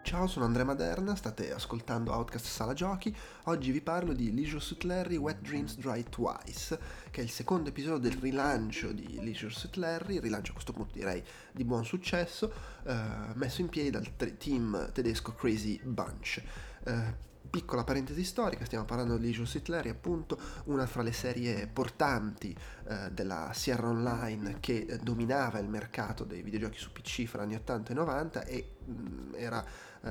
Ciao, sono Andrea Maderna, state ascoltando Outcast Sala Giochi. Oggi vi parlo di Leisure Suit Larry Wet Dreams Dry Twice, che è il secondo episodio del rilancio di Leisure Suit Larry, rilancio a questo punto direi di buon successo, messo in piedi dal team tedesco Crazy Bunch. Piccola parentesi storica, stiamo parlando di Leisure Suit Larry, appunto una fra le serie portanti della Sierra Online che dominava il mercato dei videogiochi su PC fra anni 80 e 90 e era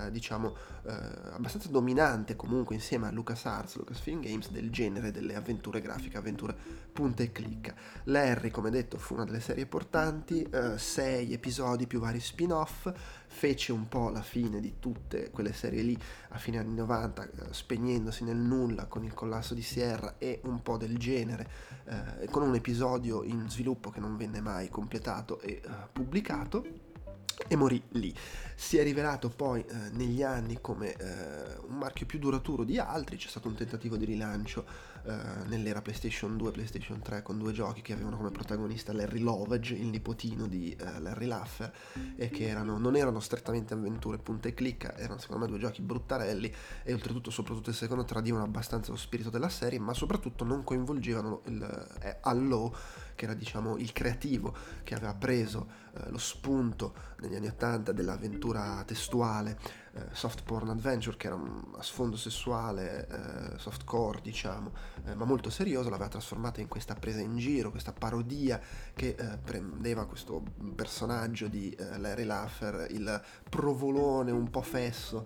abbastanza dominante comunque insieme a LucasArts, Lucasfilm Games, del genere delle avventure grafiche, avventure punta e clicca. Larry, come detto, fu una delle serie portanti, 6 episodi più vari spin-off, fece un po' la fine di tutte quelle serie lì a fine anni 90, spegnendosi nel nulla con il collasso di Sierra e un po' del genere, con un episodio in sviluppo che non venne mai completato e pubblicato, e morì lì. Si è rivelato poi negli anni come un marchio più duraturo di altri. C'è stato un tentativo di rilancio nell'era PlayStation 2 e PlayStation 3 con due giochi che avevano come protagonista Larry Lovage, il nipotino di Larry Laffer, e che non erano strettamente avventure punta e clicca, erano secondo me due giochi bruttarelli e oltretutto soprattutto il secondo tradivano abbastanza lo spirito della serie, ma soprattutto non coinvolgevano Allo, che era diciamo il creativo che aveva preso lo spunto negli anni 80 dell'avventura testuale, soft porn adventure, che era a sfondo sessuale, softcore diciamo, ma molto serioso. L'aveva trasformata in questa presa in giro, questa parodia che prendeva questo personaggio di Larry Laffer, il provolone un po' fesso,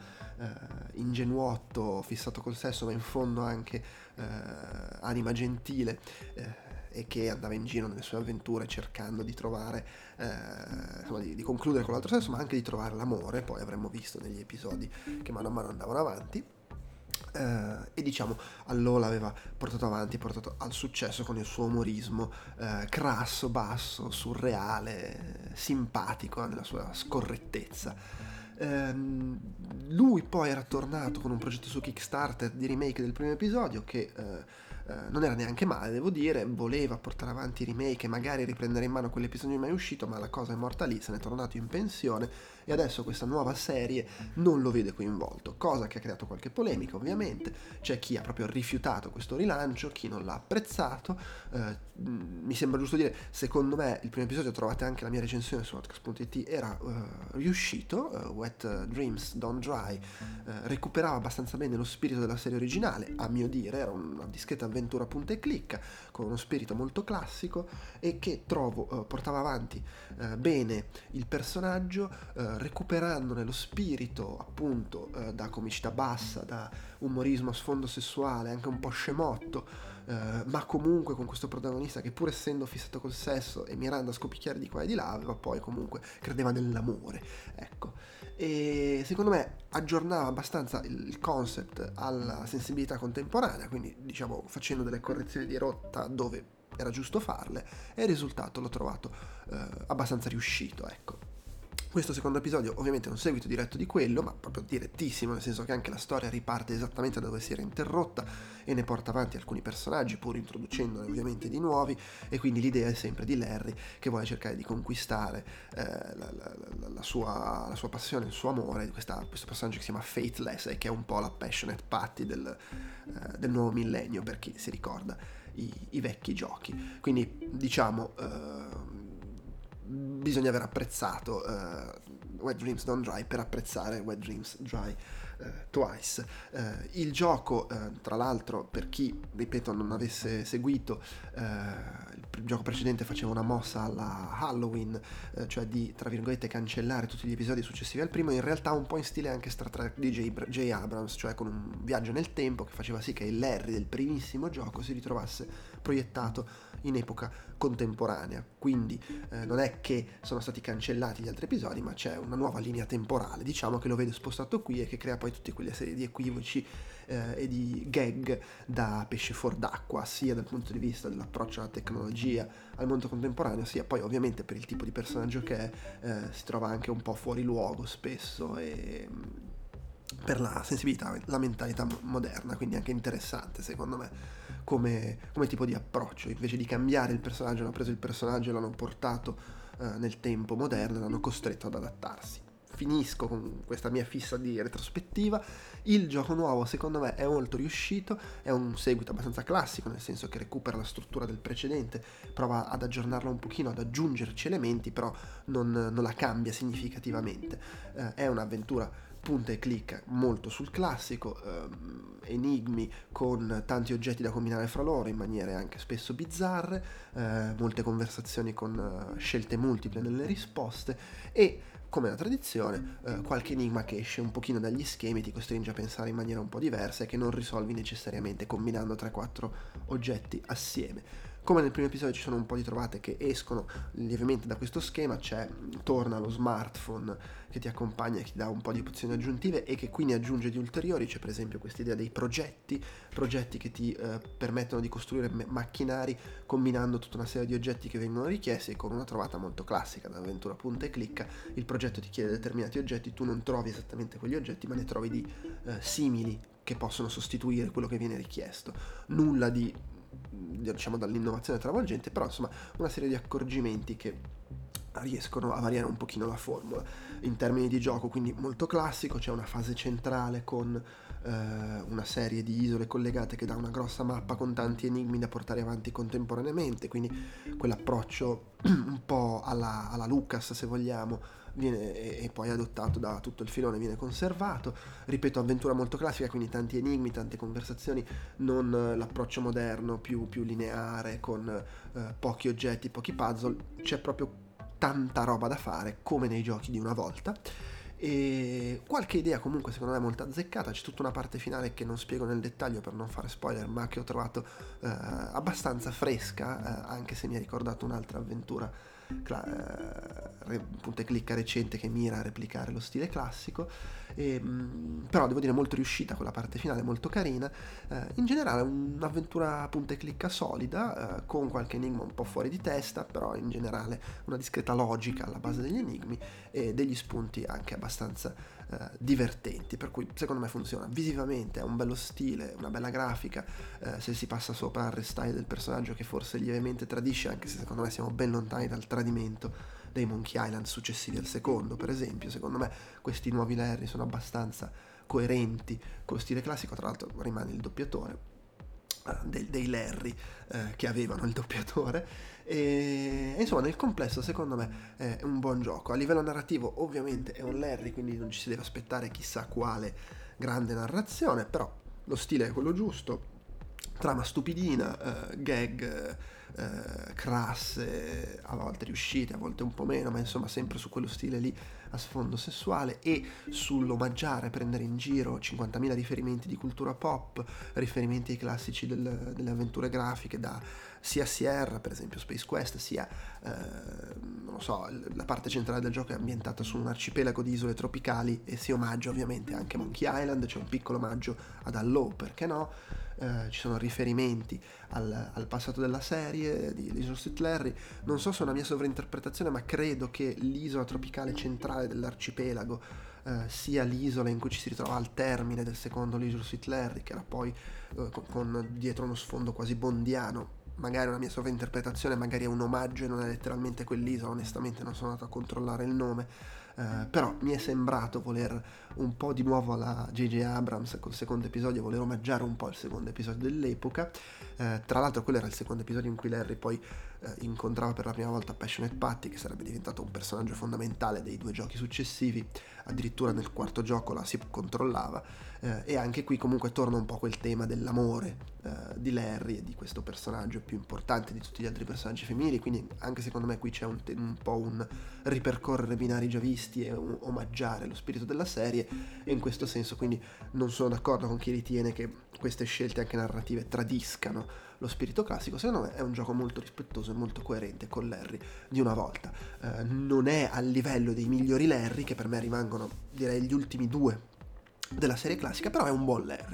ingenuotto, fissato col sesso, ma in fondo anche anima gentile, e che andava in giro nelle sue avventure cercando di trovare, insomma, di concludere con l'altro sesso, ma anche di trovare l'amore. Poi avremmo visto negli episodi che mano a mano andavano avanti. E diciamo allora l'aveva portato avanti, portato al successo con il suo umorismo crasso, basso, surreale, simpatico nella sua scorrettezza. Lui poi era tornato con un progetto su Kickstarter di remake del primo episodio che non era neanche male, devo dire. Voleva portare avanti i remake e magari riprendere in mano quell'episodio mai uscito, ma la cosa è morta lì, se n'è tornato in pensione e adesso questa nuova serie non lo vede coinvolto, cosa che ha creato qualche polemica ovviamente. C'è chi ha proprio rifiutato questo rilancio, chi non l'ha apprezzato. Mi sembra giusto dire, secondo me il primo episodio, trovate anche la mia recensione su Outcast.it, era riuscito. Wet Dreams Don't Dry recuperava abbastanza bene lo spirito della serie originale, a mio dire. Era una discreta avventura punta e clicca con uno spirito molto classico e che trovo portava avanti bene il personaggio, recuperandone lo spirito appunto da comicità bassa, da umorismo a sfondo sessuale, anche un po' scemotto, ma comunque con questo protagonista che, pur essendo fissato col sesso e mirando a scopicchiare di qua e di là, aveva poi comunque credeva nell'amore, ecco. E secondo me aggiornava abbastanza il concept alla sensibilità contemporanea, quindi diciamo facendo delle correzioni di rotta dove era giusto farle, e il risultato l'ho trovato abbastanza riuscito, ecco. Questo secondo episodio ovviamente è un seguito diretto di quello, ma proprio direttissimo, nel senso che anche la storia riparte esattamente da dove si era interrotta e ne porta avanti alcuni personaggi, pur introducendone ovviamente di nuovi, e quindi l'idea è sempre di Larry che vuole cercare di conquistare la sua passione, il suo amore, di questo personaggio che si chiama Faithless e che è un po' la passionate patty del nuovo millennio, per chi si ricorda i vecchi giochi. Quindi diciamo bisogna aver apprezzato Wet Dreams Don't Dry per apprezzare Wet Dreams Dry Twice. Il gioco, tra l'altro, per chi, ripeto, non avesse seguito, il gioco precedente faceva una mossa alla Halloween, cioè di, tra virgolette, cancellare tutti gli episodi successivi al primo, in realtà un po' in stile anche Star Trek di J. Abrams, cioè con un viaggio nel tempo che faceva sì che il Larry del primissimo gioco si ritrovasse proiettato in epoca contemporanea. Quindi non è che sono stati cancellati gli altri episodi, ma c'è una nuova linea temporale, diciamo, che lo vede spostato qui e che crea poi tutte quelle serie di equivoci e di gag da pesce fuor d'acqua, sia dal punto di vista dell'approccio alla tecnologia, al mondo contemporaneo, sia poi ovviamente per il tipo di personaggio che è, si trova anche un po' fuori luogo spesso, e per la sensibilità, la mentalità moderna, quindi anche interessante secondo me come tipo di approccio. Invece di cambiare il personaggio, hanno preso il personaggio e l'hanno portato nel tempo moderno e l'hanno costretto ad adattarsi. finisco con questa mia fissa di retrospettiva. Il gioco nuovo secondo me è molto riuscito, è un seguito abbastanza classico, nel senso che recupera la struttura del precedente, prova ad aggiornarla un pochino, ad aggiungerci elementi, però non la cambia significativamente. È un'avventura punta e clicca molto sul classico, enigmi con tanti oggetti da combinare fra loro in maniere anche spesso bizzarre, molte conversazioni con scelte multiple nelle risposte e, come la tradizione, qualche enigma che esce un pochino dagli schemi, ti costringe a pensare in maniera un po' diversa e che non risolvi necessariamente combinando 3-4 oggetti assieme. Come nel primo episodio ci sono un po' di trovate che escono lievemente da questo schema, torna lo smartphone che ti accompagna e che ti dà un po' di opzioni aggiuntive e che quindi aggiunge di ulteriori. C'è per esempio questa idea dei progetti che ti permettono di costruire macchinari combinando tutta una serie di oggetti che vengono richiesti, e con una trovata molto classica dall'avventura punta e clicca, il progetto ti chiede determinati oggetti, tu non trovi esattamente quegli oggetti ma ne trovi di simili che possono sostituire quello che viene richiesto. Nulla di, diciamo, dall'innovazione travolgente, però insomma una serie di accorgimenti che riescono a variare un pochino la formula. In termini di gioco quindi molto classico, c'è una fase centrale con una serie di isole collegate che dà una grossa mappa con tanti enigmi da portare avanti contemporaneamente, quindi quell'approccio un po' alla Lucas, se vogliamo, viene e poi adottato da tutto il filone, viene conservato. Ripeto, avventura molto classica, quindi tanti enigmi, tante conversazioni, non l'approccio moderno più lineare con pochi oggetti, pochi puzzle. C'è proprio tanta roba da fare come nei giochi di una volta, e qualche idea comunque secondo me molto azzeccata. C'è tutta una parte finale che non spiego nel dettaglio per non fare spoiler, ma che ho trovato abbastanza fresca, anche se mi ha ricordato un'altra avventura punta e clicca recente che mira a replicare lo stile classico, però devo dire molto riuscita quella parte finale, molto carina. In generale un'avventura punta e clicca solida, con qualche enigma un po' fuori di testa, però in generale una discreta logica alla base degli enigmi e degli spunti anche abbastanza divertenti, per cui secondo me funziona. Visivamente ha un bello stile, una bella grafica, se si passa sopra al restyle del personaggio che forse lievemente tradisce, anche se secondo me siamo ben lontani dal tradimento dei Monkey Island successivi al secondo, per esempio. Secondo me questi nuovi Larry sono abbastanza coerenti con lo stile classico. Tra l'altro rimane il doppiatore dei Larry che avevano il doppiatore, e insomma nel complesso secondo me è un buon gioco. A livello narrativo ovviamente è un Larry, quindi non ci si deve aspettare chissà quale grande narrazione, però lo stile è quello giusto, trama stupidina, gag crasse, a volte riuscite, a volte un po' meno, ma insomma sempre su quello stile lì a sfondo sessuale, e sull'omaggiare, prendere in giro 50.000 riferimenti di cultura pop, riferimenti ai classici delle avventure grafiche, da sia Sierra, per esempio Space Quest, sia non lo so, la parte centrale del gioco è ambientata su un arcipelago di isole tropicali e si omaggia ovviamente anche Monkey Island. C'è un piccolo omaggio ad Allo, perché no? Ci sono riferimenti al passato della serie di Leisure Suit Larry. Non so se è una mia sovrainterpretazione, ma credo che l'isola tropicale centrale dell'arcipelago sia l'isola in cui ci si ritrova al termine del secondo Leisure Suit Larry, che era poi con dietro uno sfondo quasi bondiano. Magari è una mia sovrainterpretazione, magari è un omaggio e non è letteralmente quell'isola, onestamente non sono andato a controllare il nome, però mi è sembrato voler un po' di nuovo alla J.J. Abrams col secondo episodio, voler omaggiare un po' il secondo episodio dell'epoca. Tra l'altro quello era il secondo episodio in cui Larry poi incontrava per la prima volta Passionate Patty, che sarebbe diventato un personaggio fondamentale dei 2 giochi successivi. Addirittura nel quarto gioco la si controllava, e anche qui comunque torna un po' quel tema dell'amore di Larry e di questo personaggio più importante di tutti gli altri personaggi femminili, quindi anche secondo me qui c'è un po' un ripercorrere binari già visti e omaggiare lo spirito della serie, e in questo senso quindi non sono d'accordo con chi ritiene che queste scelte anche narrative tradiscano lo spirito classico. Secondo me è un gioco molto rispettoso e molto coerente con Larry di una volta. Non è al livello dei migliori Larry, che per me rimangono direi gli ultimi 2 della serie classica, però è un buon Larry,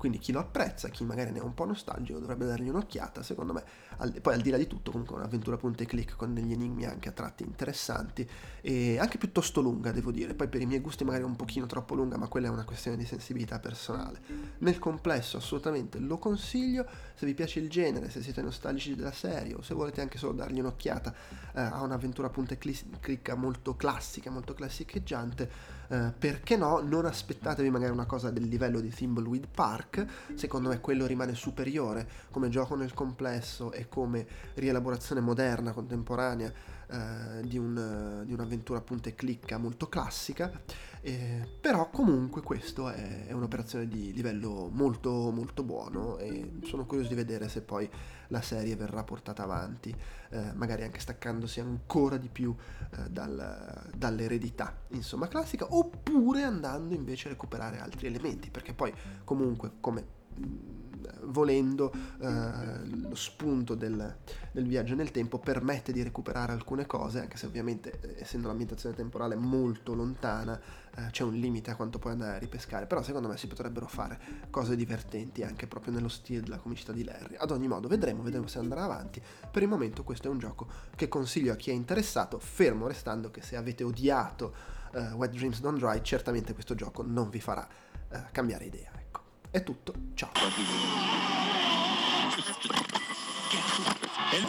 quindi chi lo apprezza, chi magari ne è un po' nostalgico dovrebbe dargli un'occhiata, secondo me. Poi al di là di tutto comunque è un'avventura punta e click con degli enigmi anche a tratti interessanti e anche piuttosto lunga, devo dire. Poi per i miei gusti magari un pochino troppo lunga, ma quella è una questione di sensibilità personale. Nel complesso assolutamente lo consiglio, se vi piace il genere, se siete nostalgici della serie o se volete anche solo dargli un'occhiata a un'avventura punta e click molto classica, molto classicheggiante, perché no, non aspettatevi magari una cosa del livello di Thimbleweed Park. Secondo me quello rimane superiore come gioco nel complesso e come rielaborazione moderna, contemporanea di un'avventura punta e clicca molto classica, però comunque questo è un'operazione di livello molto molto buono e sono curioso di vedere se poi la serie verrà portata avanti, magari anche staccandosi ancora di più dall'eredità insomma classica, oppure andando invece a recuperare altri elementi, perché poi comunque come volendo lo spunto del viaggio nel tempo permette di recuperare alcune cose, anche se ovviamente essendo l'ambientazione temporale molto lontana c'è un limite a quanto puoi andare a ripescare, però secondo me si potrebbero fare cose divertenti anche proprio nello stile della comicità di Larry. Ad ogni modo vedremo se andrà avanti. Per il momento questo è un gioco che consiglio a chi è interessato, fermo restando che se avete odiato Wet Dreams Don't Dry certamente questo gioco non vi farà cambiare idea. Ecco, è tutto, ciao.